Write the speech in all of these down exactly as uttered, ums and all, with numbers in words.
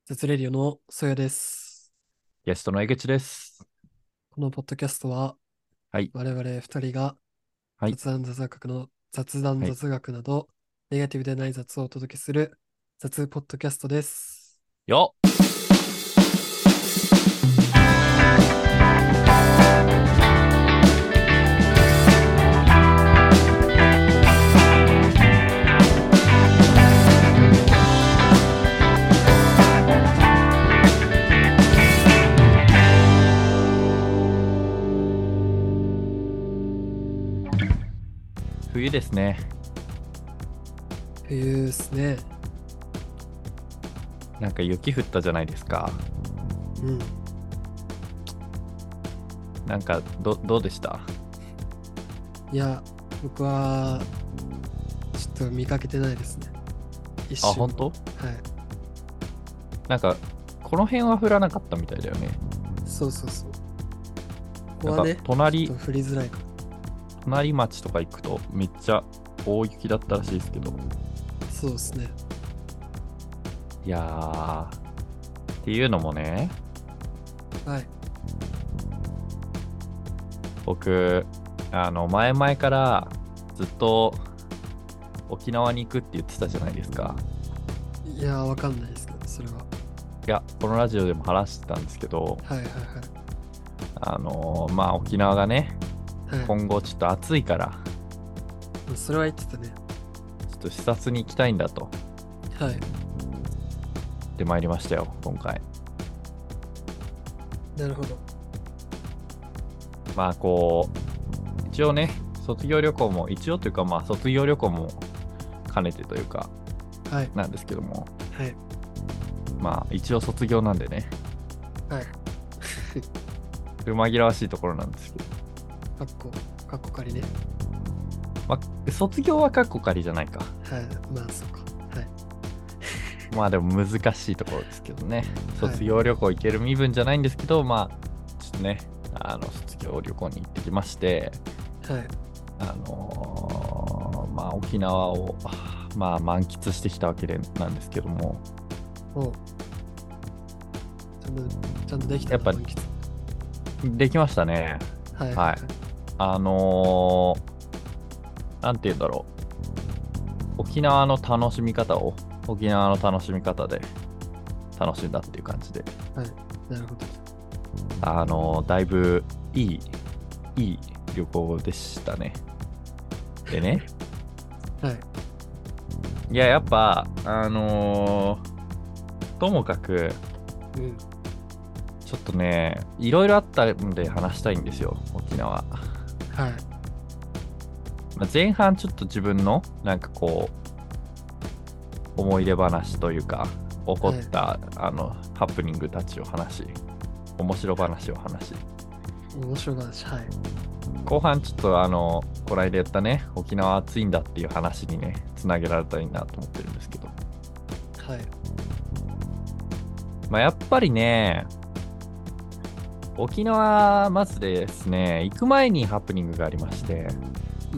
絶レディオのソヤです。 ゲストの江口です。 このポッドキャストははい。 我々二人がはい。 雑談雑学の雑談はい。 雑学などネガティブでない雑をお届けする雑ポッドキャストです。 よっ。冬ですね。 冬ですね。 なんか雪降ったじゃないですか。 うん。 なんかど、どうでした？ いや、僕はちょっと見かけてないですね。一あ、 瞬も。 本当？ はい。 なんか、この辺は降らなかったみたいだよね。 そうそうそう。ここなんか、 はね、ち隣、 ょっと降りづらいか隣町とか行くとめっちゃ大雪だったらしいですけど。 ら。そうですね。 いやー、っていうのもね、 はい。 僕、あの、前々からずっと沖縄に行くって言ってたじゃないですか。 いやー、わかんないですけど、それは。 いや、このラジオでも話してたんですけど、 はいはいあのーまあ沖縄がね、 はい。はい。 今後ちょっと暑いから、 それは言ってたね。 ちょっと視察に行きたいんだとはい。 言ってまいりましたよ、今回。 なるほど。 まあこう、一応ね、卒業旅行も、一応というかまあ卒業旅行も兼ねてというか、 はい。 なんですけども、 はい。 まあ一応卒業なんでね、 はい。 紛らわしいところなんですけど、 かっこ、かっこ仮ね。 まあ卒業はカッコ仮じゃないか。 はい。まあ、そうか。はい。 まあでも難しいところですけどね、 はい。 卒業旅行行ける身分じゃないんですけど、まあ、ちょっとね、あの、卒業旅行に行ってきまして、 はい。 あのーまあ沖縄を、まあ満喫してきたわけでなんですけども、 おう。ちゃんと、ちゃんとできたな、 やっぱ満喫。 できましたね。 はいはいはい。 はい。あのーなんて言うんだろう。沖縄の楽しみ方を、沖縄の楽しみ方で楽しんだっていう感じで、 はい。なるほど。 あのーだいぶいい、いい旅行でしたね。でね、 はい。 いや、やっぱ、あのーともかく、 うん。 ちょっとね、いろいろあったんで話したいんですよ、沖縄。 はい。 まあ、前半ちょっと自分の、なんかこう、思い出話というか、起こはい。 った、あの、ハプニングたちを話し、面白話を話し、 面白い話。はい。 後半ちょっとあの、こないだやったね、沖縄暑いんだっていう話にね、つなげられたらいいなと思ってるんですけど。 はい。 まあ、やっぱりね、沖縄、まずですね、行く前にハプニングがありまして、 うん。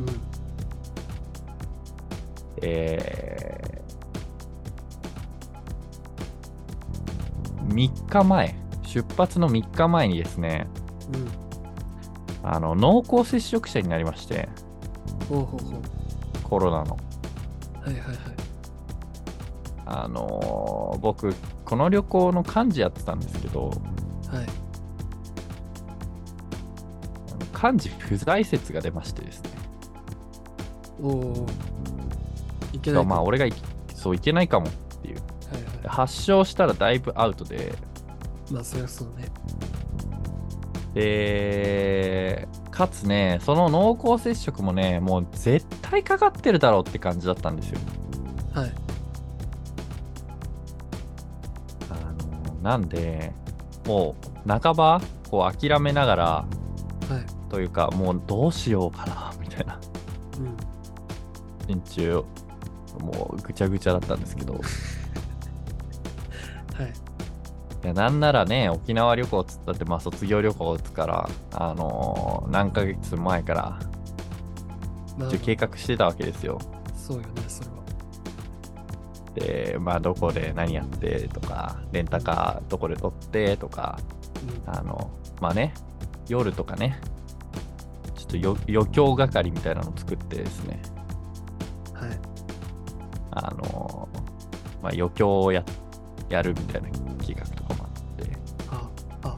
えー、みっかまえ、出発のみっかまえにですね、 うん。 あの、濃厚接触者になりまして、 ほうほうほう。 コロナの。 はいはいはい。 あのー僕、この旅行の幹事やってたんですけど、 はい。 幹事不在説が出ましてですね。 おお。いけしかもまあ、 ないかも。 俺がいそういけないかもっていう。 はいはい。 発症したらだいぶアウトで、 まあ、そりゃそうね。 で、かつね、その濃厚接触もね、もう絶対かかってるだろうって感じだったんですよ。 はい。 あのなんで、もう半ばこう諦めながらはい。 というか、もうどうしようかなみたいなうん。 心中、もうぐちゃぐちゃだったんですけど、 はい。 いやなんならね、沖縄旅行っつったって、まあ卒業旅行っつから、あのー何ヶ月前からまあまあま一応計画してたわけですよ。 あ。そうよね、それは。 で、まあ、どこで何やってとか、レンタカーどこで取ってとか、 うん、 あの、まあね、夜とかね、ちょっとよ余興係みたいなのを作ってですね、 はい。 あの、まあ、余興をや、やるみたいな企画とかもあって、 あ、あ、はい。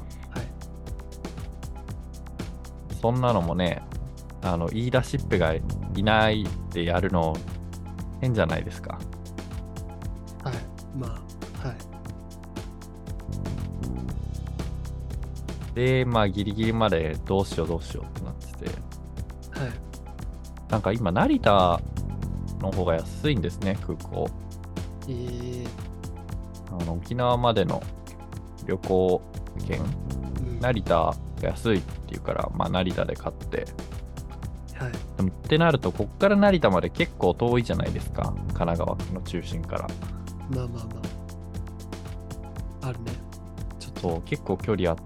そんなのもね、あの、言い出しっぺがいないでやるの変じゃないですか。 はい。まあ、はい。 で、まあ、ギリギリまでどうしようどうしようってなってて、 はい。 なんか今、成田の方が安いんですね、空港。 えー、 あの沖縄までの旅行券、 うん、 成田が安いっていうから、まあ、成田で買って。 はい。 でもってなると、こっから成田まで結構遠いじゃないですか、神奈川の中心から。 まあまあまあ。あるね。ちょっと。 そう、結構距離あって、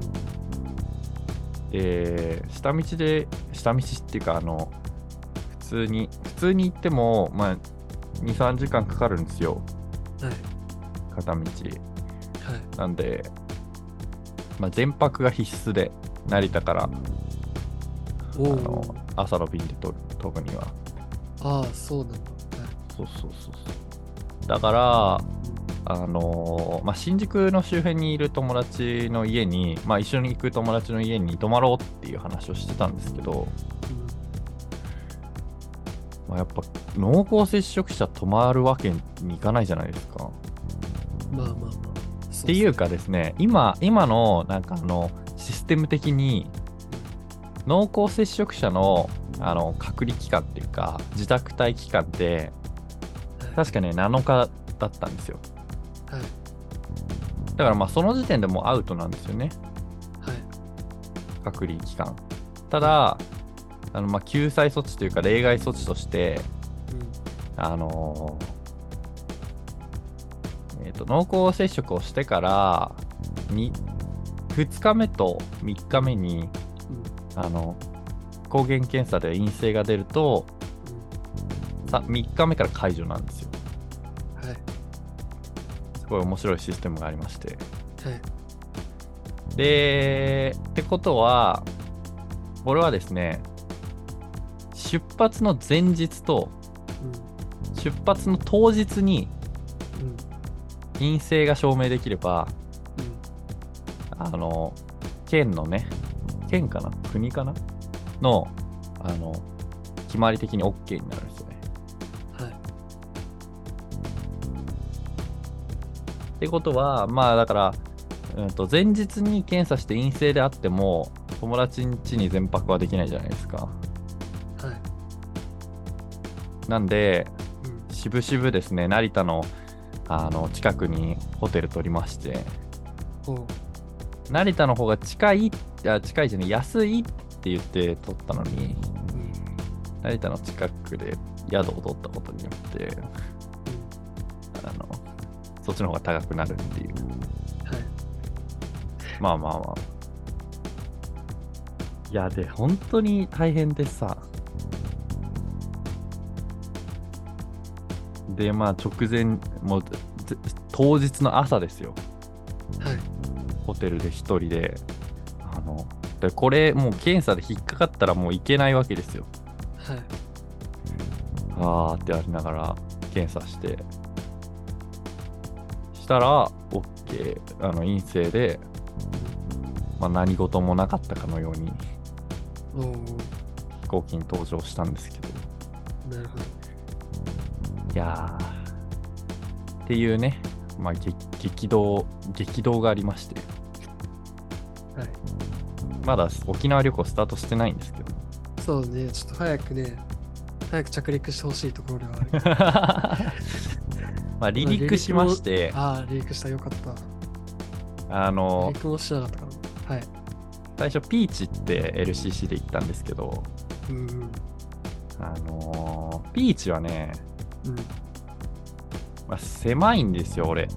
うん、 で、下道で、下道っていうか、あの、普通に、普通に行っても、まあ、に、さんじかんかかるんですよ、 はい。 片道。 はい。 なんで、まあ、全泊が必須で、成田から、 おあのー。 朝の便で飛ぶ飛ぶには。 ああ、そうなんだ。はい。 そうそうそうそう。だから、あのーまあ、新宿の周辺にいる友達の家に、まあ、一緒に行く友達の家に泊まろうっていう話をしてたんですけど、まあ、やっぱ濃厚接触者泊まるわけにいかないじゃないですか。 うん、まあまあまあ。 っていうかですね、今、今のなんかあのシステム的に濃厚接触者のあの隔離期間っていうか自宅待期間って確かねなのかだったんですよ。 はい。 だからまあその時点でもうアウトなんですよね、 はい。 隔離期間。ただ、あのまあ救済措置というか例外措置として、 うん、 あのーえーと、濃厚接触をしてからにふつかめとみっかめに、 うん、 あの抗原検査で陰性が出ると、 うん、 さみっかめから解除なんですよ。 はい。 すごい面白いシステムがありまして。 はい。 で、ってことは、これはですね、出発の前日とうん、 出発の当日にうん、 陰性が証明できれば、 うん、 あの、県のね、県かな国かなの、あの、決まり的に OK になるんですよね。 はい。 ってことは、まあだから、うんと、前日に検査して陰性であっても、友達ん家に全泊はできないじゃないですか。 はい。 なんで、 うん、 しぶしぶですね、成田の、あの近くにホテル取りまして、 おう、 成田の方が近い、あ、近いじゃない、安いって言って取ったのに、 うん、 成田の近くで宿を取ったことによって、あの、そっちの方が高くなるっていう。 うん、はい。 まあまあまあ。いや、で、本当に大変でさ。で、まあ直前、もう当日の朝ですよ。 はい。 ホテルで一人で、あの、でこれもう検査で引っかかったらもう行けないわけですよ。 はい。 あーってやりながら検査して、したら OK、あの陰性で、まあ、何事もなかったかのようにおう、 飛行機に搭乗したんですけど、 なるほど。 いやーっていうね、まあ、激激動激動がありまして、 はい。 まだ沖縄旅行スタートしてないんですけど、 そうね、ちょっと早くね、早く着陸してほしいところではある。 まあ離陸しまして、 ああ、離陸した、よかった。 あの離陸もしなかったから。はい。 最初ピーチって エルシーシー で行ったんですけど、 うん、 あのー、ピーチはね、 うん。 まあ、狭いんですよ、俺。 はい。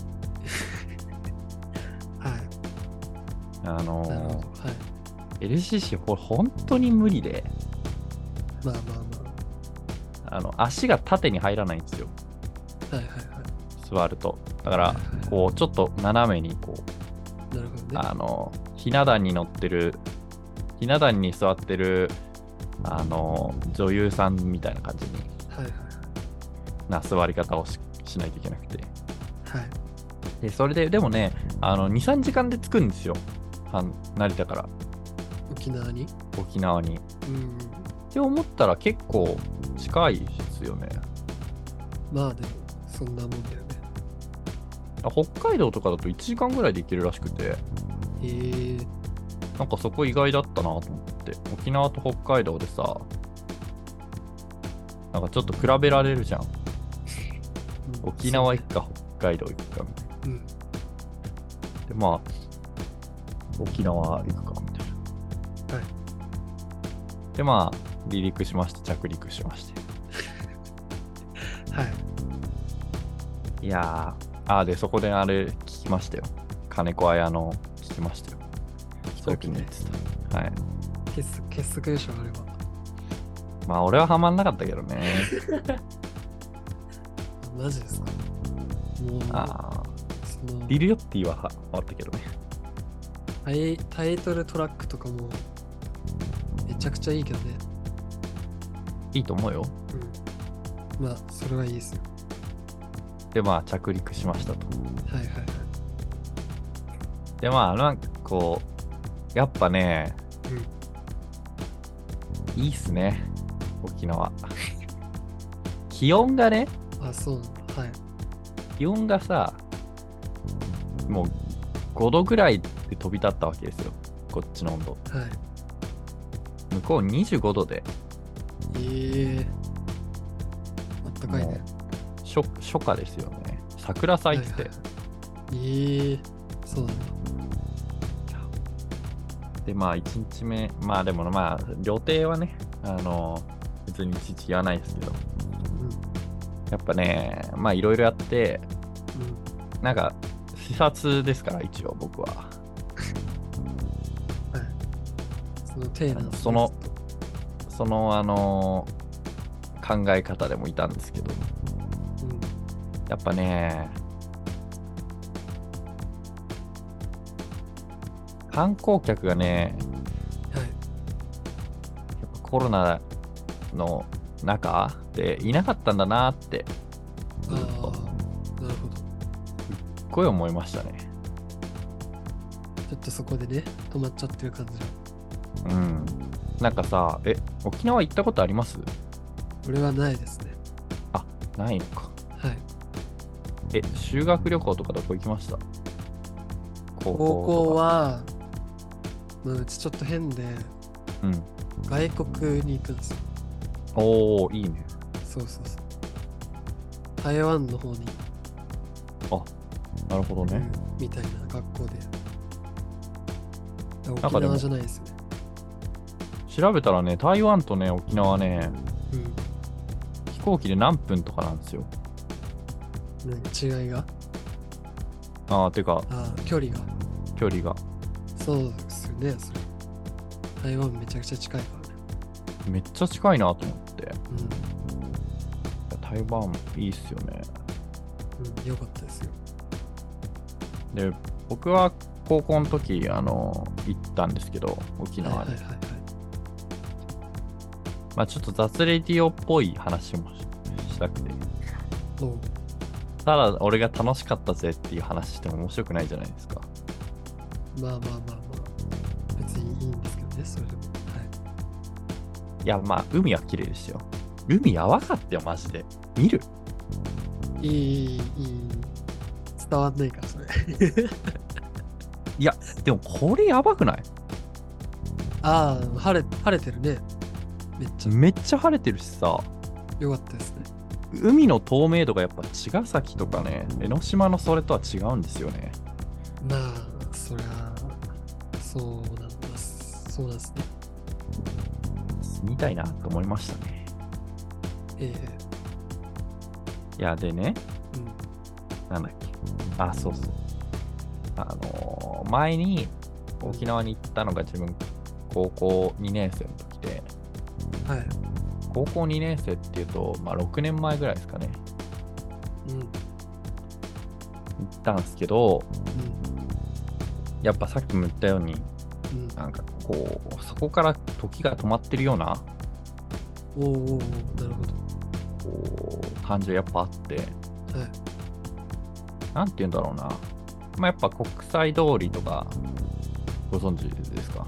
あのなるほど。 ー、 はい。 エルシーシー これ本当に無理で、 まあまあまあの足が縦に入らないんですよ。 はいはいはい。 座ると。だからはいはいはいこうちょっと斜めにこうなるほどね。 あのひな壇に乗ってるひな壇に座ってるあの女優さんみたいな感じにはいはいな座り方を し, しないといけなくて、 はい。はい。 でそれででもねあのにさんじかんで着くんですよ、はん成田から沖縄に沖縄に。 うん。 って思ったら結構近いですよね。 まあでも、そんなもんだよね。 北海道とかだといちじかんぐらいで行けるらしくて、 へえ。 なんかそこ意外だったなと思って。沖縄と北海道でさ、なんかちょっと比べられるじゃん。 うん沖縄行くか北海道行くかみたいな。 うん。 でまあ沖縄行くかみたいな。 はい。 でまあ離陸しまして着陸しまして。 はい。 いやー、あーでそこであれ聞きましたよ。金子綾の聞きましたよ。そういう気に言ってた。はい。 結束結束でしょ、あれは。 まあ俺はハマんなかったけどね。 マジですか。もう、 ああ、 そのリルヨッティはハマったけどね。 タイ、タイトルトラックとかもめちゃくちゃいいけどね。 いいと思うよ。 うん。まあ、それはいいですよ。 でまあ着陸しましたと。 はいはいはい。 でまあなんかこうやっぱね、いいっすね沖縄。気温がね、 あ、そうなんだ。はい。 気温がさ、もうごどぐらいで飛び立ったわけですよ、こっちの温度。 はい。 向こうにじゅうごどで、 ええあったかいね。 初初夏ですよね。桜咲いてて、 はいはいええそうなんだ。 でまあいちにちめ、まあでもまあ予定はね、あの別にいちいち言わないですけど、やっぱね、まあいろいろやって、 うん。うん。 なんか視察ですから一応僕は。 はい。そのテーマ、 そのそのあの考え方でもいたんですけど、 うん。 やっぱね、観光客がね、 はい。 やっぱコロナの中でいなかったんだなってああ、なるほど。 すっごい思いましたね。 ちょっとそこでね、止まっちゃってる感じだ。 うん。なんかさ、え、沖縄行ったことあります？ 俺はないですね。 あ、ないのか。 はい。 え、修学旅行とかどこ行きました？高校とか。 高校は、まあ、うちちょっと変で、 うん。 外国に行くんですよ。 おー、いいね。 そうそうそう。台湾の方に、 あ、なるほどね。 みたいな学校で。 かでも沖縄じゃないですよね。 調べたらね、台湾とね、沖縄ね、 うん。 飛行機で何分とかなんですよ。 何違いがあー、てか、 ああ、距離が。 距離が。 そうですよね、それ。台湾めちゃくちゃ近いからね。 めっちゃ近いなと思って。 う台湾いいっすよね。 ん。うん、よかったですよ。 で、僕は高校の時、あの、行ったんですけど、沖縄に。 はいはいはいはい。 まあちょっと雑レディオっぽい話もししたくて。 おうただ俺が楽しかったぜっていう話しても面白くないじゃないですか。 まあまあまあまあ。別にいいんですけどね、それでも。はいや、まあ海は綺麗ですよ。海やばかったよ、マジで。見る？ い。いい、いい、いい。伝わんないから、それ。 いや、でもこれやばくない？ ああ、晴れ、晴れてるね。めっちゃ。 めっちゃ晴れてるしさ、 よかったですね。 海の透明度がやっぱ茅ヶ崎とかね、江ノ島のそれとは違うんですよね。 まあ、そりゃ、そうなんだ。そうなんですね。 住みたいなと思いましたね。 えいや、でね、 えうん。 なんだっけ。あ、そうそう。あのー前に沖縄に行ったのが自分、高校にねん生の時で、 はい。 高校にねん生っていうと、まあろくねんまえぐらいですかね。 ううん行ったんですけど、やっぱさっきも言ったように、 うんうん。 なんかこう、そこから時が止まってるようなおーおーおー、なるほど。 こう感じがやっぱあって、 はい。 なんて言うんだろうな。まあ、やっぱ国際通りとかご存知ですか？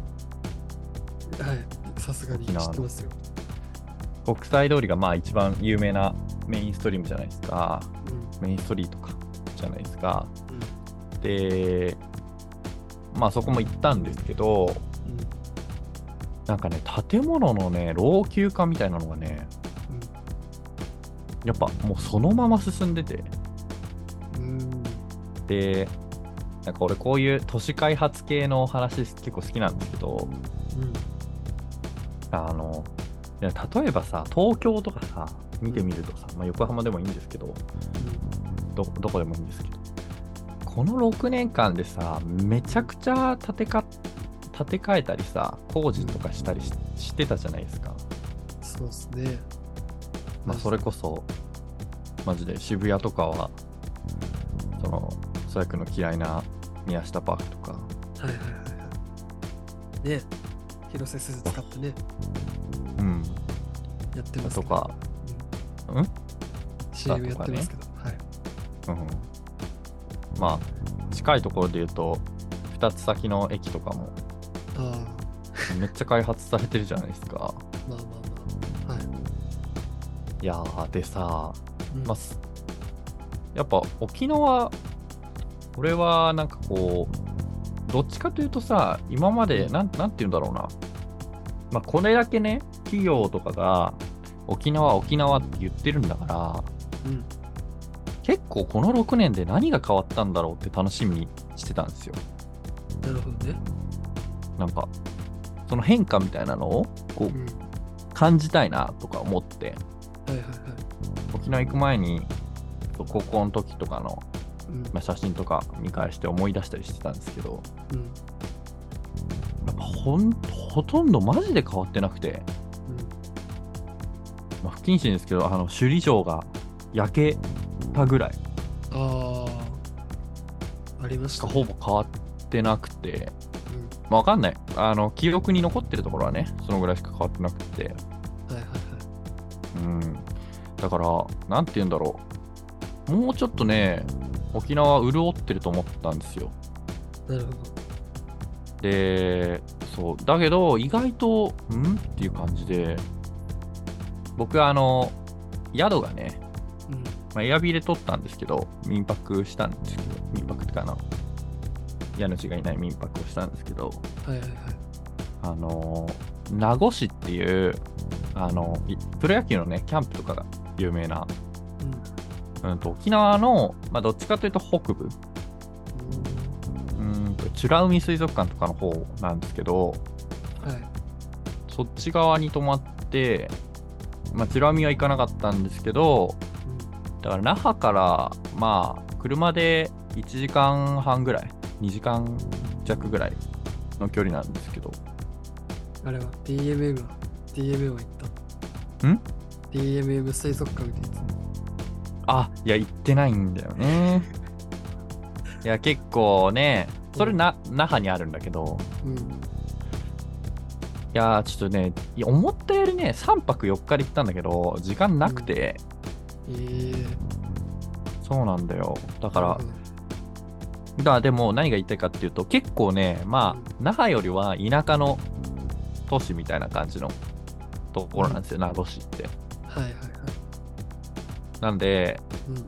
はい。さすがに知沖縄のってますよ。 国際通りがまあ一番有名なメインストリームじゃないですか。 うんメインストリートかじゃないですか。 うんで、まあそこも行ったんですけど、 うんなんかね、建物のね、老朽化みたいなのがね、やっぱもうそのまま進んでて、 うんうんで、なんか俺こういう都市開発系の話結構好きなんですけど、 うんあの、いや例えばさ、東京とかさ、見てみるとさ、まあ、横浜でもいいんですけど、ど、どこでもいいんですけど、このろくねんかんでさ、めちゃくちゃ建てか、建て替えたりさ、工事とかしたり し, してたじゃないですか。 そうですね。 まあ、それこそ、マジで渋谷とかは、その、そやくの嫌いな宮下パークとか、 はいはいはいはい。ね、広瀬すず使ってね、 うん、 やってますとか、うん、 うん、シーエム やってますけど、はい。 うん、まあ、近いところで言うと、ふたつ先の駅とかも、 あめっちゃ開発されてるじゃないですか。 あ、まあまあまあ。はい。 いやー、でさ、 うんまあ、すやっぱ沖縄、俺はなんかこう、どっちかというとさ、今まで、なん、なんて言うんだろうな。まあ、これだけね、企業とかが、沖縄、沖縄って言ってるんだから、 うん。 結構このろくねんで何が変わったんだろうって楽しみにしてたんですよ。 なるほどね。 なんか、その変化みたいなのを、こう、 うん。 感じたいなとか思って、 はいはいはい。 沖縄行く前に、高校の時とかの、 うん。 まあ、写真とか見返して思い出したりしてたんですけど、 うん。 やっぱほんほとんどマジで変わってなくて、まあ、不謹慎ですけど、あの首里城が焼けたぐらいうん。ああ、ありまししかたね。 ほぼ変わってなくて、 うん。 まあ、わかんない。あの記憶に残ってるところはね、そのぐらいしか変わってなくて、 はいはいはい。 うん。だから、なんて言うんだろう。もうちょっとね、沖縄は潤ってると思ったんですよ。 なるほど。 で、そう。だけど、意外と、んっていう感じで、僕はあの、宿がね、 うん。 まあ、エアビーで取ったんですけど、民泊したんですけど、民泊ってかな、家主がいない民泊をしたんですけど、 はいはいはい。 あのー、名護市っていう、あの、いプロ野球のね、キャンプとかが有名な、 うん。 うんと、沖縄の、まあ、どっちかというと北部、うんと、美ら海水族館とかの方なんですけど、 うん。はい。 そっち側に泊まって、まあ、美ら海は行かなかったんですけど、だから那覇からまあ車でいちじかんはんぐらい、にじかん弱ぐらいの距離なんですけど、 うん。あれは ディーエムエム は ディーエムエム は行ったんディーエムエム 水族館みたいなやあ、いや行ってないんだよね。いや結構ね、それな那覇にあるんだけど、 つ。うん。 いやちょっとね、いや思ったよりねさんぱくよっかで行ったんだけど時間なくて、 ええそうなんだよ。だー。 からなるほど。 だからでも何が言いたいかっていうと、結構ね、まあ、那覇よりは田舎の都市みたいな感じのところなんですよ、名護市って。 はいはいはい。 なんで、 うん。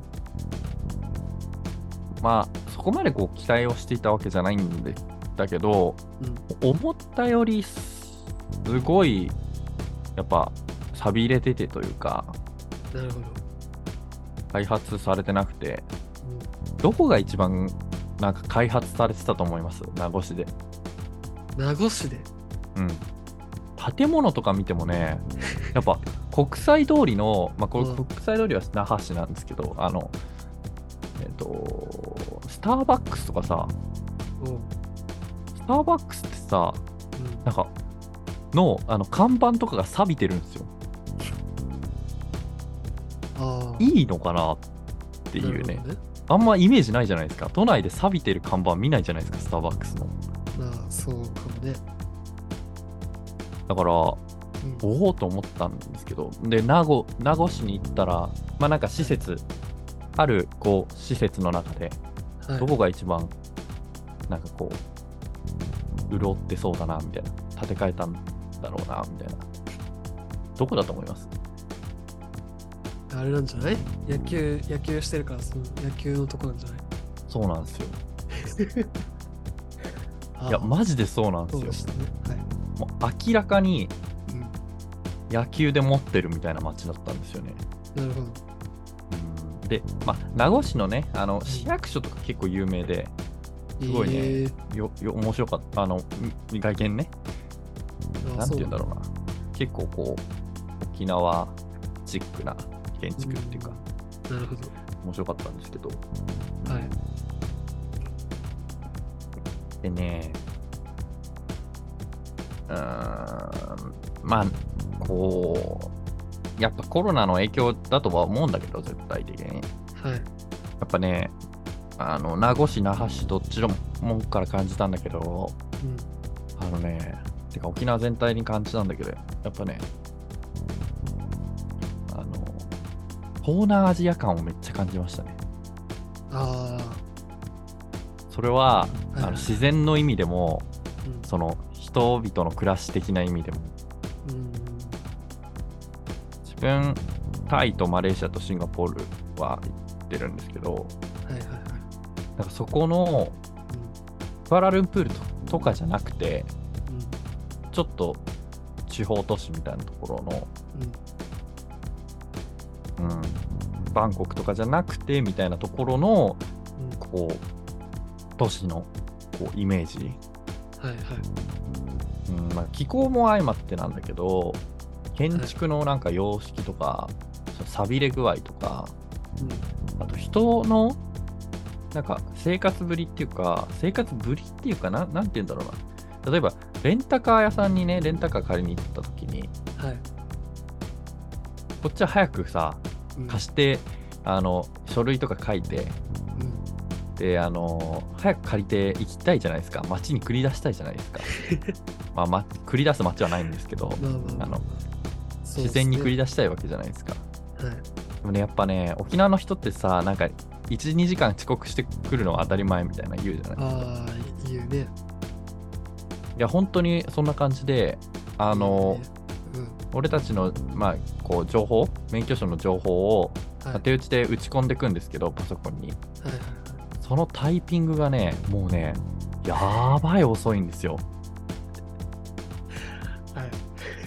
まあ、そこまでこう期待をしていたわけじゃないんでだけど、 うん。 思ったよりすごい、やっぱ、錆び入れててというか、 なるほど。 開発されてなくて、 うん。 どこが一番なんか開発されてたと思います名護市で。 名護市で。 うん。建物とか見てもね、やっぱ国際通りの、まあ、これうん国際通りは那覇市なんですけど、あの、えっと、スターバックスとかさ、 おう。 スターバックスってさ、 うん。 なんか、の、あの、看板とかが錆びてるんですよ。 ああ。 いいのかなっっていうね。 なるほどね。 あんまイメージないじゃないですか。都内で錆びてる看板見ないじゃないですか、スターバックスの。 まあ、そうかもね。 だから、 うん。 おおと思ったんですけど、で、名護、名護市に行ったら、まあなんか施設、あるこう施設の中で、 はい。 どこが一番、なんかこう、潤ってそうだな、みたいな。建て替えたんだろうな、みたいな。どこだと思います？ あれなんじゃない？野球、野球してるから、その野球のとこなんじゃない？ そうなんですよ。 あいや、マジでそうなんですよそうで。したね。はい。 もう明らかにうん。 野球で持ってるみたいな街だったんですよね。 なるほど。 うんで、まあ、名護市のね、あの市役所とか結構有名で、すごいね、 えよよ面白かった。あの、み外見ね、 ー、 なんて言うんだう。 ろうな。結構こう、沖縄チックな建築っていうか、 なるほど。 面白かったんですけど、 はい。 でね、うーん、まあ、こう、やっぱコロナの影響だとは思うんだけど、絶対的に。 はい。 やっぱね、あの名護市、那覇市、どっちのもんから感じたんだけど、 うん。 あのね、てか沖縄全体に感じたんだけど、やっぱね、あの、東南アジア感をめっちゃ感じましたね。 あそれは、 はいあの自然の意味でも、 あ。うん。 その人々の暮らし的な意味でも、 うん。 自分、タイとマレーシアとシンガポールは行ってるんですけど、 はいはいはい。 なんかそこのクアラルンプールととかじゃなくて、 うん。 ちょっと地方都市みたいなところの、 うん。うん。 うん、バンコクとかじゃなくてみたいなところのうん。 こう都市のこうイメージ、 はいはい。 うんまあ、気候も相まってなんだけど、建築のなんか様式とか、錆びれ具合とか、 うん。 あと人のなんか生活ぶりっていうか、生活ぶりっていうかな、なんて言うんだろうな。例えばレンタカー屋さんにね、レンタカー借りに行った時に、 はい。 こっちは早くさ、 うん。 貸してあの書類とか書いて、 うん。 であの早く借りて行きたいじゃないですか。街に繰り出したいじゃないですか。まあ、ま、繰り出す街はないんですけど、 まあまあまああのそう自然に繰り出出したいわけじゃないですか。 はい。 でもね、やっぱね、沖縄の人ってさ、なんかいち、にじかん遅刻してくるのは当たり前みたいな言うじゃないですか。 ああ、言うね。 いや、本当にそんな感じで、あの、 言うね、 俺たちの、まあ、こう情報、免許証の情報を、 うん。はい。 手打ちで打ち込んでいくんですけど、パソコンに。 はいはいそのタイピングがね、もうね、やばい遅いんですよ。 はい。はい。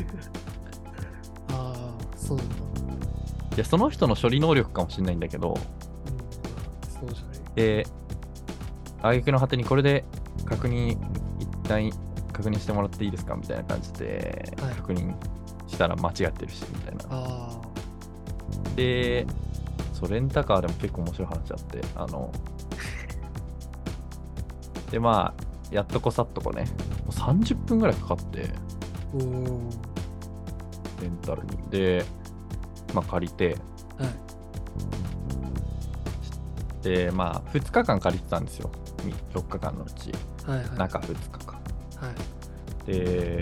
ああ、そうなんだ。 いや、その人の処理能力かもしれないんだけど、 うん。まあ、そうじゃない。 で、挙句の果てにこれで確認、一旦確認してもらっていいですかみたいな感じで、 はい確認したら間違ってるし、みたいな。 あで、そう、レンタカーでも結構面白い話あって、あの、で、まあ、やっとこさっとこね、もうさんじゅっぷんぐらいかかって、 あ。おお。 レンタルに。で、まあ借りて、 はい。 で、まあふつかかん借りてたんですよ。よっかかんのうち、 はいはい。 中ふつかかん。 はい。 で、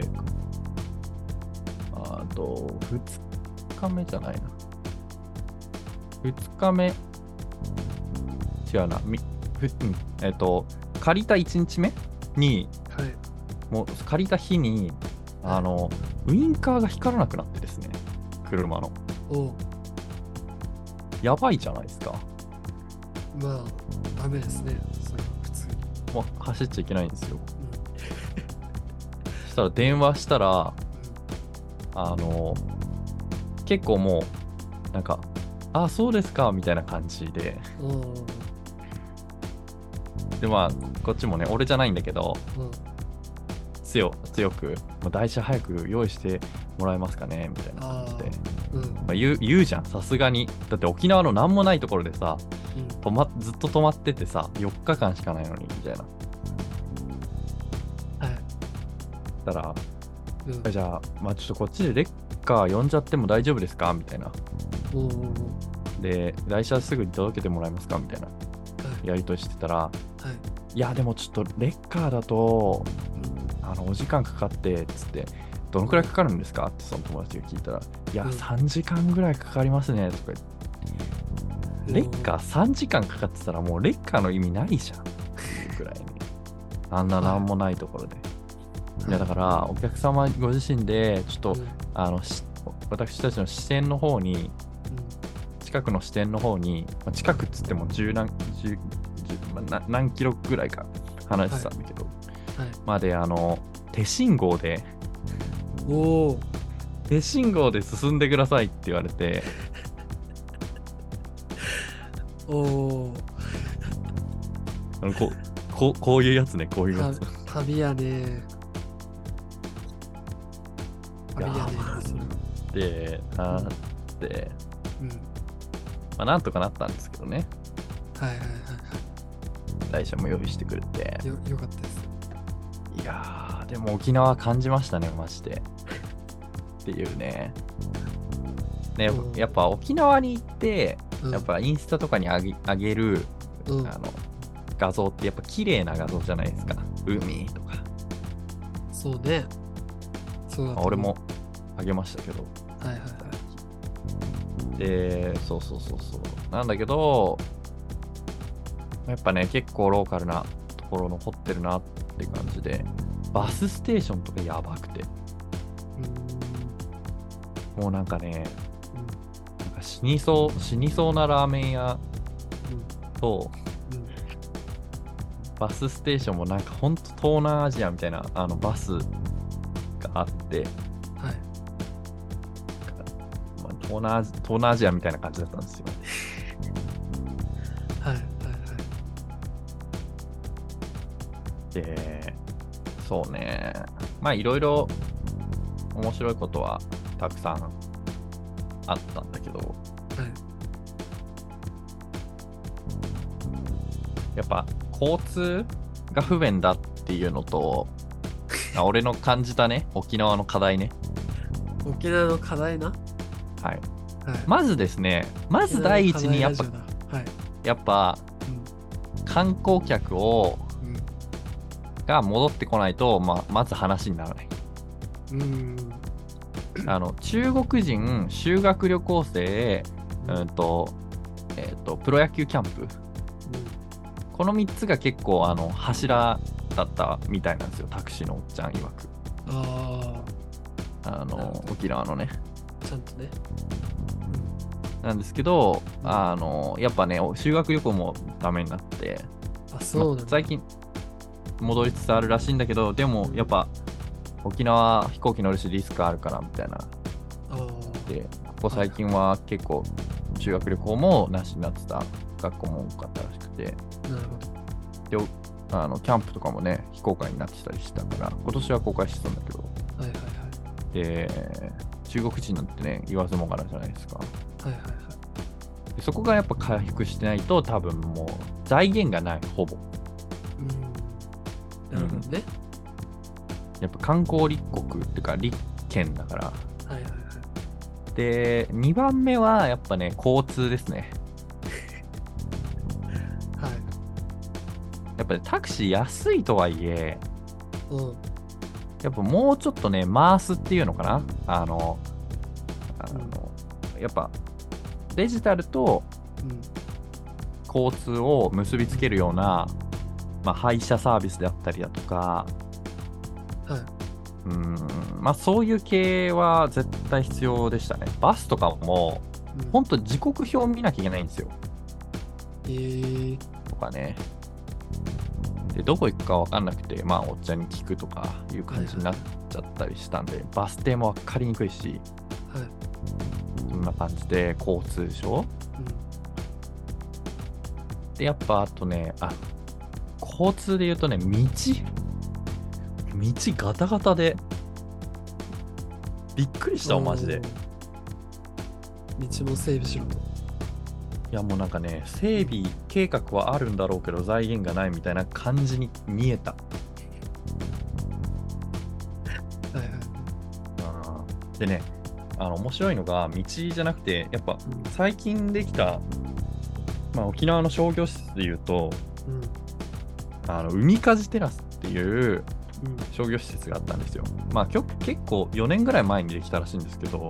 あと、ふつかめじゃないな。ふつかめ、違うな。みふうんえっと、借りたいちにちめに、 はい。 もう借りた日に、あの、ウインカーが光らなくなってですね、車の。 おお。 やばいじゃないですか。 まあ、ダメですね。それは普通に。 もう走っちゃいけないんですよ。 うん。 そしたら電話したら、あの、結構もう、なんか、あ、そうですか、みたいな感じで。 うん。おーで、まあ、こっちもね、俺じゃないんだけど、 うん。 強、強く、もう台車早く用意してもらえますかね、みたいな感じで。 うん。 まあ、言う、言うじゃん、さすがに。だって沖縄のなんもないところでさ、 うん。 止ま、ずっと止まっててさ、よっかかんしかないのに、みたいな。 はい。 だから、 うん。 じゃあ、まあちょっとこっちでレッカー呼んじゃっても大丈夫ですかみたいな。 おお。 で台車すぐに届けてもらえますかみたいなはいやり取りしてたら、 はいいやでもちょっとレッカーだとあのお時間かかってっつって、どのくらいかかるんですかってその友達が聞いたら、いやうんさんじかんぐらいかかりますねとか言って、レッカーさんじかんかかってたらもうレッカーの意味ないじゃんっていうくらいに、あんななんもないところで、いやだからお客様ご自身でちょっと、 うんうんあのし私たちの視線の方に、近くの視点の方に、まあ、近くっつっても十何十十、まあ、な何キロぐらいか離れてたんだけど、 はいまであの手信号でおお手信号で進んでくださいって言われて、 おおあのここうこういうやつね、こういうやつ。 旅やね旅やねいやそれで、あって、 うんまあ、なんとかなったんですけどね、 はいはいは台車も用意してくれて、 いよよかったですいやー、でも沖縄感じましたね、マジで。っていうね。ね、 うんやっぱ沖縄に行って、 うんやっぱインスタとかに上げ上げる、 うんあの画像ってやっぱ綺麗な画像じゃないですか。海とか。 そうねそうだと思うまあ俺も上げましたけど。 はいはいはいで、そうそうそうそう。なんだけど、やっぱね、結構ローカルなところ残ってるなって感じで、バスステーションとかやばくて、 うもうなんかね、 ーんうんなんか死にそう、死にそうなラーメン屋と、 うんうんバスステーションもなんかほんと東南アジアみたいなあのバスがあって、 はいまあ、東南アジ東南アジアみたいな感じだったんですよ。 はいはいはいで、そうね、まあいろいろ面白いことはたくさんあったんだけど、 はいやっぱ交通が不便だっていうのと、あ俺の感じたね、沖縄の課題ね。 沖縄の課題な、ははい。 い、 まずですね、まず第一にやっぱ、 沖縄の課題ラジオだはいやっぱ観光客をうんが戻ってこないと、まあ、まず話にならない。 うんうんあの中国人修学旅行生、 うんうんとえっ、とプロ野球キャンプ、このみっつが結構あの柱だったみたいなんですよ、タクシーのおっちゃん曰く。 ああなるほの沖縄のね。 あちゃんとねなんですけど、 うんあのやっぱね、修学旅行もダメになって、 あそうなんだまあ最近戻りつつあるらしいんだけど、でもやっぱ沖縄飛行機乗るしリスクあるからみたいな。 あーで、ここ最近は結構修学旅行もなしになってた学校も多かったらしくて、 なるほどであのキャンプとかもね、非公開になってたりしたから、今年は公開してたんだけど、 はいはいはいで、中国人なんてね、言わずもがなじゃないですか。 はいはいはいでそこがやっぱ回復してないと、多分もう財源がない、ほぼ。 うんなるほどね、 やっぱ観光立国っていうか、立県だから。 はいはいはいで、にばんめはやっぱね、交通ですね。 はいやっぱり、ね、タクシー安いとはいえ、 うんやっぱもうちょっとね、回すっていうのかな。あの、あのやっぱデジタルとうん交通を結びつけるような、まあ、配車サービスであったりだとか、 はいうん、まあそういう系は絶対必要でしたね。バスとかも、 うんほんと時刻表見なきゃいけないんですよ。 えー、 とかね。で、どこ行くか分かんなくて、まあおっちゃんに聞くとかいう感じになっちゃったりしたんで、バス停も分かりにくいし、 はいそんな感じで交通でしょ。で、やっぱあとね、あ、交通で言うとね、道。道ガタガタで、びっくりしたわ、マジで。 道も整備しろといやもうなんかね、整備計画はあるんだろうけど財源がないみたいな感じに見えた。 はいはいでね、 あの面白いのが道じゃなくて、やっぱうん最近できた、まあ、沖縄の商業施設でいうと、 うんあの海風テラスっていううん商業施設があったんですよ。まあきょ結構よねんぐらい前にできたらしいんですけど、 はい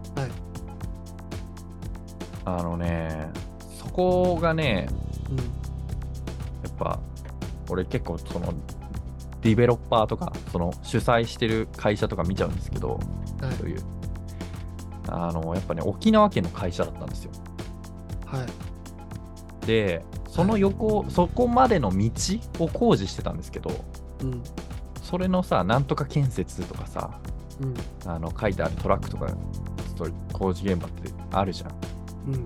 あのね、そこがね、 うんやっぱ俺結構そのディベロッパーとかその主催してる会社とか見ちゃうんですけど、 はいそういうあのやっぱね沖縄県の会社だったんですよ。 はいでその横、そこまでの道を工事してたんですけど、 うんそれのさなんとか建設とかさ、 うんあの書いてあるトラックとかそういう工事現場ってあるじゃん。 うん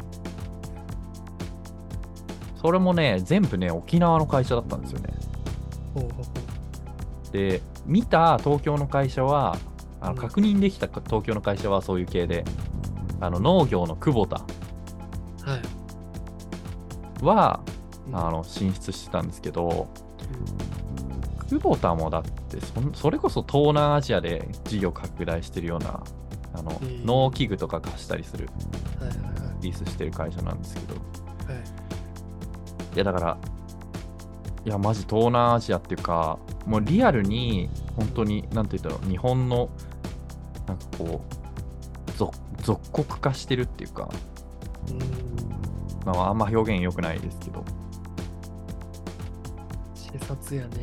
それもね全部ね沖縄の会社だったんですよね。 ほうほうほで見た東京の会社はあのうん確認できた東京の会社はそういう系で、あの農業の久保田うはいはうんあの進出してたんですけど、 うん久保田もだってそんそれこそ東南アジアで事業拡大してるようなあの、 へー農機具とか貸したりするはいはいはいリースしてる会社なんですけど、 はいいやだからいやマジ東南アジアっていうかもうリアルに本当になんて言ったら日本のなんかこう属属国化してるっていうか、 うんまあ、あんま表現良くないですけど、 視察やね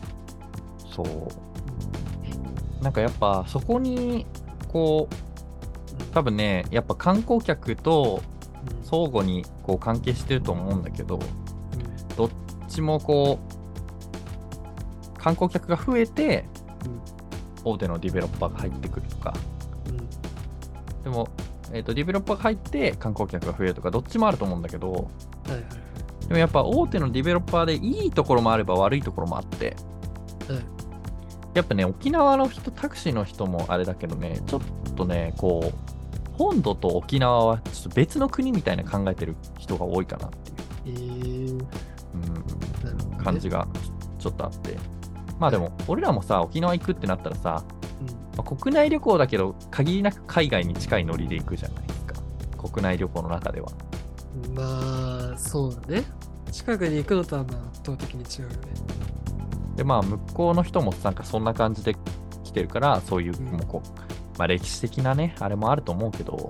そうなんかやっぱそこにこううん多分ねやっぱ観光客とうん相互にこう関係してると思うんだけど、 うんどっちもこう観光客が増えて大手のディベロッパーが入ってくるとか、 うんうんでも、えーとディベロッパーが入って観光客が増えるとかどっちもあると思うんだけど、 はいはいでもやっぱ大手のディベロッパーでいいところもあれば悪いところもあって、 はいやっぱね沖縄の人タクシーの人もあれだけどねちょっとねこう本土と沖縄はちょっと別の国みたいな考えてる人が多いかなっていう、 えー、 うん、 なるほどね感じがちょっとあって、まあでも俺らもさ沖縄行くってなったらさ、まあ国内旅行だけど限りなく海外に近いノリで行くじゃないですか、国内旅行の中では。 うんまあそうだね近くに行くのとはまあ圧倒的に違うよねでまあ向こうの人もなんかそんな感じで来てるからそういう、 うんもうこうまあ歴史的なねあれもあると思うけど、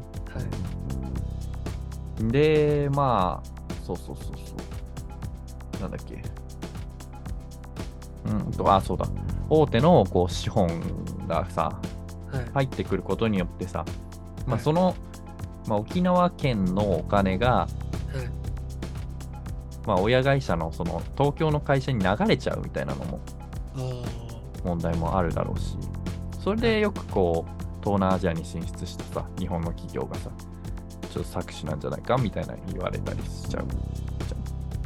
はいでまあそうそうそうそうなんだっけうんとあそうだ大手のこう資本がさはい入ってくることによってさ、まあ、 はいその、まあ、沖縄県のお金が、 はいまあ、親会社のその東京の会社に流れちゃうみたいなのもああ問題もあるだろうし、それでよくこう東南アジアに進出したさ日本の企業がさちょっと搾取なんじゃないかみたいな言われたりしちゃうじゃん。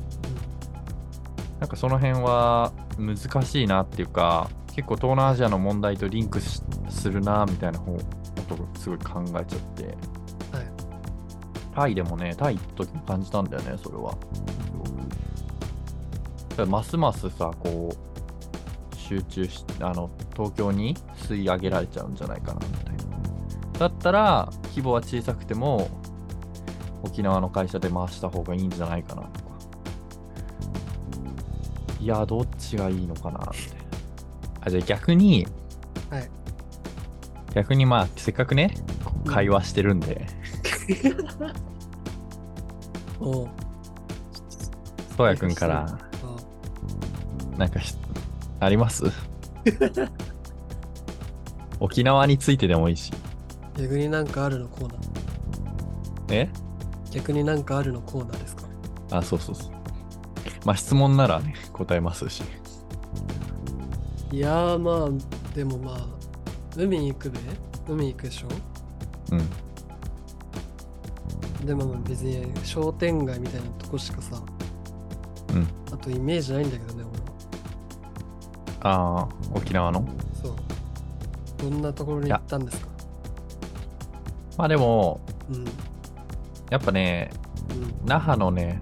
なんかその辺は難しいなっていうか結構東南アジアの問題とリンクしするなみたいなことをすごい考えちゃって、 はいタイでもねタイ行った時も感じたんだよねそれは。だからますますさこう集中しあの東京に吸い上げられちゃうんじゃないかなみたいな。だったら規模は小さくても沖縄の会社で回した方がいいんじゃないかなとか、いやどっちがいいのかなみたいな。あじゃあ逆にはい逆にまあせっかくねこう会話してるんで、 おうそうやくんからあなんかしあります沖縄についてでもいいし。 逆になんかあるのコーナーえ逆になんかあるのコーナーですかあ、そうそうそう。まあ質問ならね、答えますし。 いやーまあでもまあ海に行くべ海に行くでしょうん。 でもまあ別に商店街みたいなとこしかさうん。 あとイメージないんだけどね俺はああ、沖縄のそうどんなところに行ったんですかまあでも、 うんうんやっぱね、那覇のね、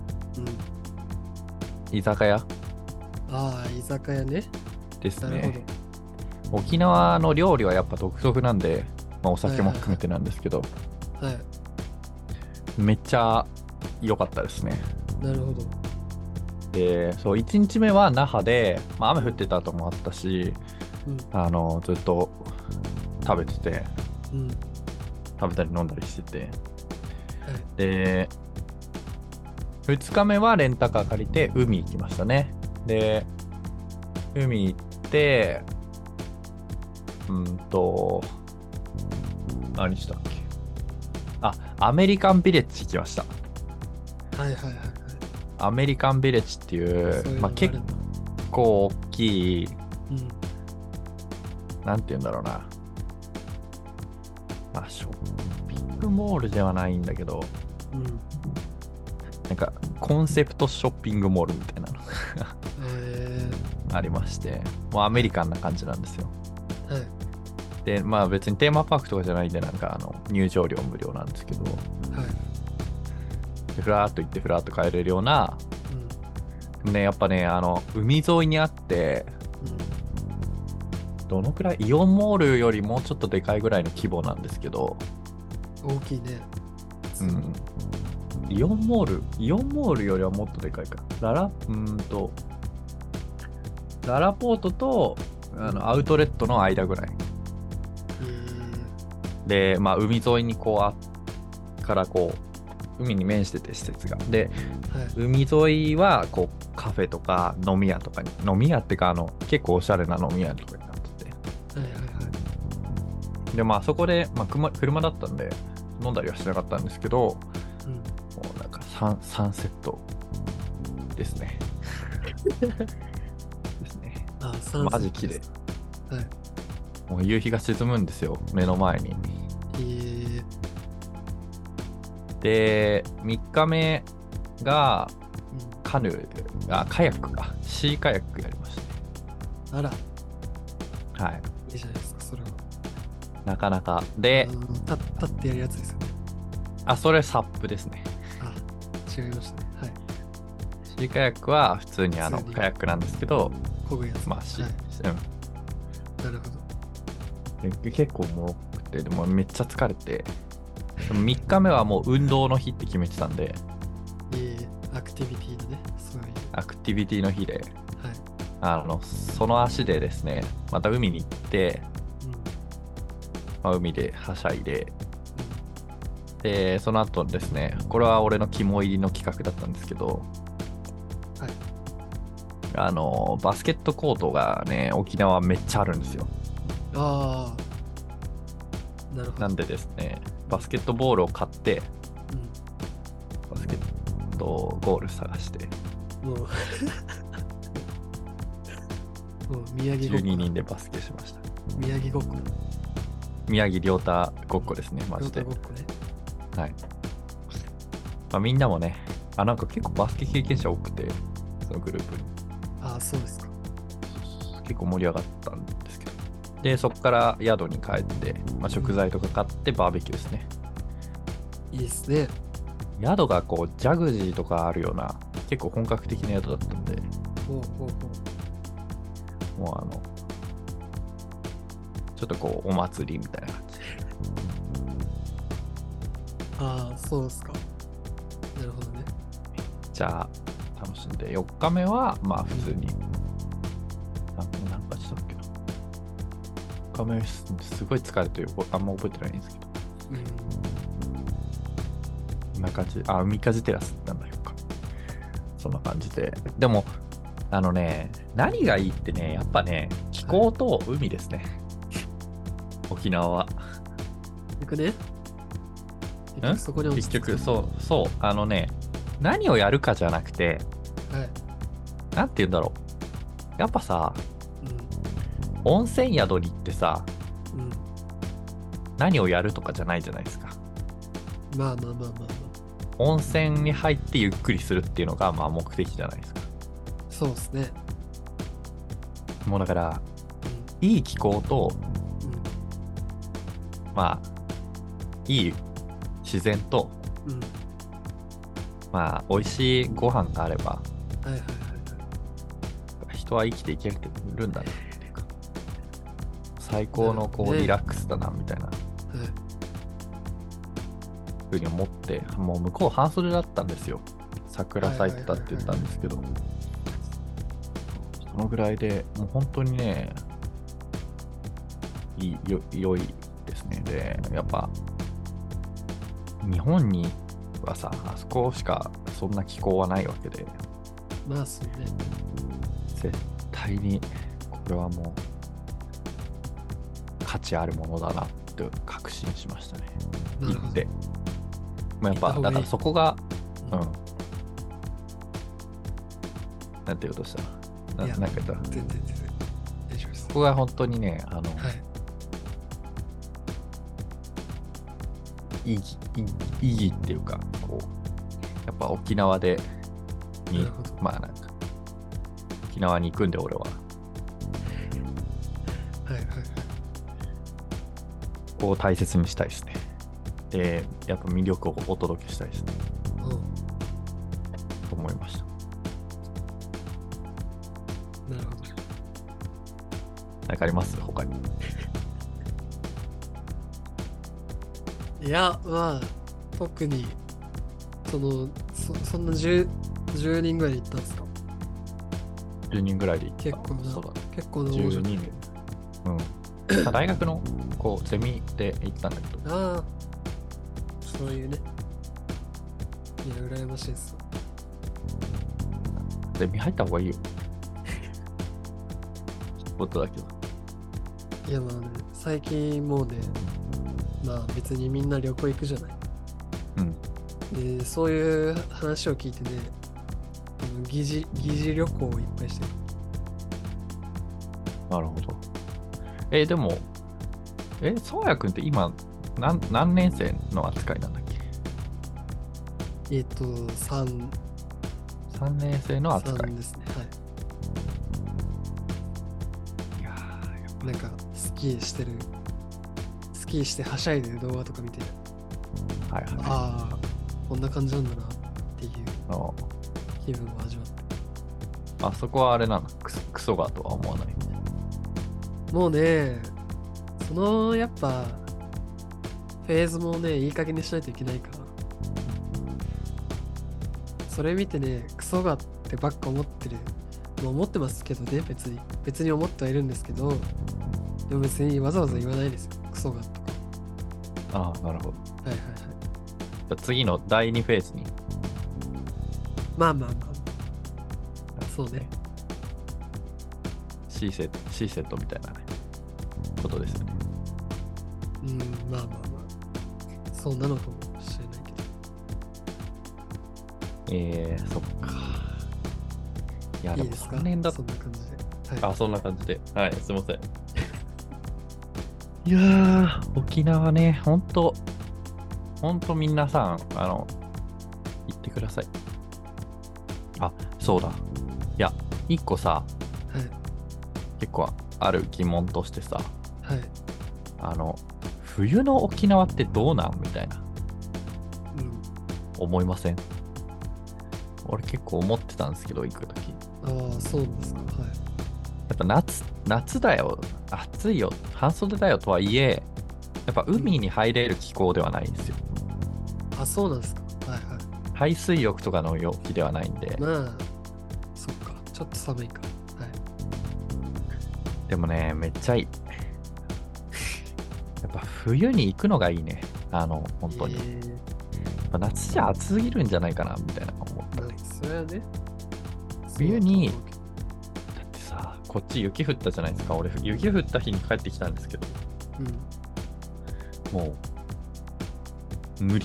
うん居酒屋ああ居酒屋ねですなるほどね。沖縄の料理はやっぱ独特なんで、 まあ、お酒も含めてなんですけど、 はい。 めっちゃ良かったですね。 なるほど。 で、そう、いちにちめは那覇で、まあ、雨降ってたともあったし、 うん。 あの、ずっと食べてて、 うん。 食べたり飲んだりしてて、 はい。 で、ふつかめはレンタカー借りて海行きましたね。で、海行って、うんと、何したっけ。あ、アメリカンビレッジ行きました。 はいはいはいはい。 アメリカンビレッジっていそうう、まあ、 いうのがあ結るんだ。 構大きい、 うん。 なんて言うんだろうな。まあ、ショッピングモールではないんだけど、 うん。 なんかコンセプトショッピングモールみたいなのえがありまして、もうアメリカンな感じなんですよ。 ー、はい。 で、まあ別にテーマパークとかじゃないんで、なんかあの入場料無料なんですけど、 はい。 でふらーっと行ってふらーっと帰れるような、 うん。 でもね、やっぱね、あの海沿いにあって、 うどのくらい、イオンモールよりもうちょっとでかいぐらいの規模なんですけど、 ん。大きいね。 うん。イオンモール、イオンモールよりはもっとでかいか。ララ、うーんと、ララポートとあのアウトレットの間ぐらい。 えで、まあ、海沿いにこうあからこう、海に面してて施設が。で、 ー、はい。 海沿いはこうカフェとか飲み屋とかに、飲み屋ってかあの結構おしゃれな飲み屋とかになってて。 はいはいはい。 で、まあそこで、まあ、車車だったんで飲んだりはしなかったんですけど、 うん。 もうなんかサン、サンセットですね。ですね。 あ、サンセットマジ綺麗。 ですか。はい。 もう夕日が沈むんですよ、目の前に。 えー、 で、みっかめがうん。 カヌー、あ、カヤックか。シーカヤックやりましあら、 た。はい。 いいじゃないですか、それは。 なかなか。であ、の立立ってやるやつですよね。 あ、それサップですね。 あ、違いましたね。はい。 シーカヤックは普通にあの普通にカヤックなんですけど、 こぐやつ。 まあ、しはい。 うんなるほど。 で結構もろくて、でもめっちゃ疲れて、でもみっかめはもう運動の日って決めてたんで、 えー、アクティビティのね、そういう。 アクティビティの日で、 はい。 あの、その足でですね、また海に行って、 うん。 まあ、海ではしゃいで、で、その後ですね、これは俺の肝入りの企画だったんですけど、 はい。 あの、バスケットコートがね、沖縄めっちゃあるんですよ。 ああ。なるほど。 なんでですね、バスケットボールを買って、バスケットゴール探して、 うん。もう、もう宮城ご 12 っこ。 人でバスケしました。 宮城ごっこ。 宮城亮太ごっこですね、マジで両。手ごっこね。 はい。まあ、みんなもね、あ、なんか結構バスケ経験者多くて、そのグループに。 ああ、そうですか。 結構盛り上がったんですけど。で、そこから宿に帰って、まあ、食材とか買ってバーベキューですね。 いいですね。 宿がこう、ジャグジーとかあるような、結構本格的な宿だったんで、 ほうほうほう。 もうあの、ちょっとこう、お祭りみたいな感じで。 ああ、そうですか。なるほどね。 じゃあ、楽しんで、よっかめは、まあ普通に、あ、何かしたっけな。よっかめす、すごい疲れてる、あんま覚えてないんですけど、 うん。 こんな感じ、あ、海風テラスなんだよか。そんな感じで。でも、あのね、何がいいってね、やっぱね、気候と海ですね。沖縄は。 行くね。結局そこに落ち結局、 着く。 そう、そう、あのね、何をやるかじゃなくて、 はい。 なんて言うんだろう。やっぱさ、 う温泉宿に行ってさ、 ん。うん。 何をやるとかじゃないじゃないですか。 まあまあまあまあまあ。 温泉に入ってゆっくりするっていうのがまあ目的じゃないですか。 そうですね。 もうだからういい気候とん。 まあいい自然とうん。うん。 まあ美味しいご飯があればはいはいはいはい。 人は生きていけるんだなっていうか、最高のこうねリラックスだなみたいな。 はいふうに思って、もう向こう半袖だったんですよ。桜咲いてたって言ったんですけど、そのぐらいでもう本当にね、いいよ良いですね。で、やっぱ日本にはさ、あそこしかそんな気候はないわけで、 まあそうね。 絶対にこれはもう価値あるものだなって確信しましたね。 なるほど行って。まあ、やっぱ行った方がいいだからそこが、 ううんん。なんて言おうとしたいやななんか言った全然全然大丈夫ですここが本当にね、あの、 はい意義、意義意義っていうか、こう、やっぱ沖縄で、になるほどまあなんか、沖縄に行くんで俺は、 はいはいはいここを大切にしたいですね。で、やっぱ魅力をお届けしたいですね。 うんと思いました。 なるほどなんかあります他に。 いやまあ特にそのそそんな 10, 10人ぐらいで行ったんですか。 じゅうにんぐらいで行った。 結構なそうだね。 結構な大 12 所人。うん。まあ大学のこうゼミで行ったんだけど、 ああそういうねいや羨ましいですゼミ入った方がいいよ。ことだけど。 いやまあね最近もうねまあ別にみんな旅行行くじゃないうん。 でそういう話を聞いてねあの疑似疑似旅行をいっぱいしてる。 なるほど。えーでも、え、そうやくんって今何、何年生の扱いなんだっけ？ えっとさんさん 年生の扱い。 さんですねはいいやー、やっなんかスキーしてるスキーしてはしゃいでる動画とか見てぱはいはい。 ああこんな感じなんだなっていうあの気分を味わってあそこはあれなの、クソクソがとは思わない。 もうねそのやっぱフェーズもねいい加減にしないといけないからそれ見てねクソがってばっか思ってるまあ思ってますけどね別に別に思ってはいるんですけどでも別にわざわざ言わないですよクソがとかああ、なるほど。 はいはいはいじゃあ次のだいにフェーズに。 まあまあまあそうね C セット、C セットみたいなね、ことですよね。 うんまあまあまあそうなのかもしれないけどえー、そっか。いや、でもいいですかさんねんだっそんな感じではいあ、そんな感じで。はい、すいません。いやー、沖縄ね、ほんと、ほんと皆さん、あの、行ってください。あ、そうだ。いや、一個さ、 はい結構ある疑問としてさ、 はいあの、冬の沖縄ってどうなんみたいな、 うん思いません？俺結構思ってたんですけど、行くとき。 ああそうなんですかはいやっぱ夏、夏だよ、暑いよ、半袖だよとはいえ、やっぱ海に入れる気候ではないんですよ。 あそうなんですかはいはい排水浴とかの陽気ではないんで。 まあそっかちょっと寒いかはいでもね、めっちゃいい。やっぱ冬に行くのがいいね。あの、本当に。 えーやっぱ夏じゃ暑すぎるんじゃないかな、みたいな思ったまあね。 それはね冬にそうだと思うけどだってさ、こっち雪降ったじゃないですか。俺、雪降った日に帰ってきたんですけど、 うんもう、無理。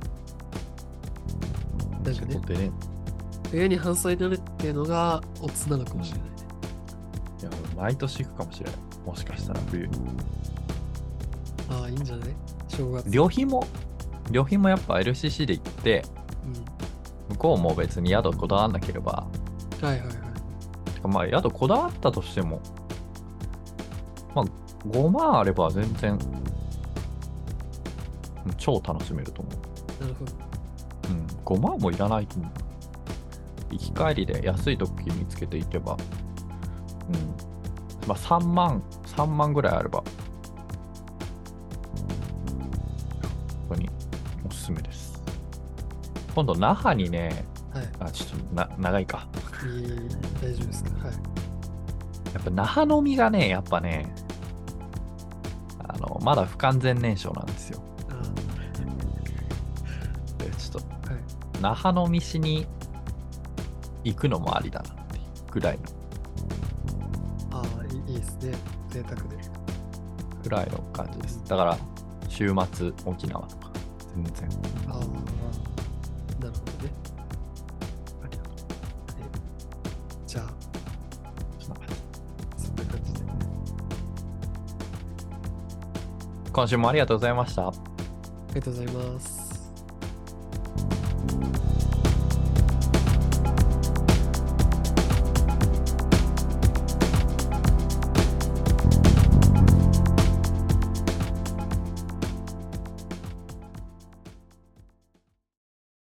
なんかねちょっとね、 冬に半袖になるっていうのがオツなのかもしれないね、 いや、毎年行くかもしれない。もしかしたら冬に。 ああいいんじゃない正月旅費も、旅費もやっぱ エルシーシー で行って、 う向こうも別に宿こだわんなければ、 んはいはいはいてかまあ宿こだわったとしても、まあごまんあれば全然、超楽しめると思う。 なるほどうん、ごまんもいらないと思う。行き帰りで安い時見つけていけば、うん、まあさんまん、さんまんぐらいあれば、 今度那覇にね、 はい。 あ、ちょっとな長いか。 いい大丈夫ですか。はい。 やっぱ那覇飲みがね、やっぱね、あの、まだ不完全燃焼なんですよ。 あでちょっと、 ーはい。 那覇飲みしに行くのもありだなっていうぐらいの、 ああ、いいいいですね。贅沢で。 ぐらいの感じです。だから、週末、沖縄とか、全然。 ああ、なるほどね。 ありがとう。 じゃあ、 そんな感じ。 そんな感じで。 今週もありがとうございました。 ありがとうございます。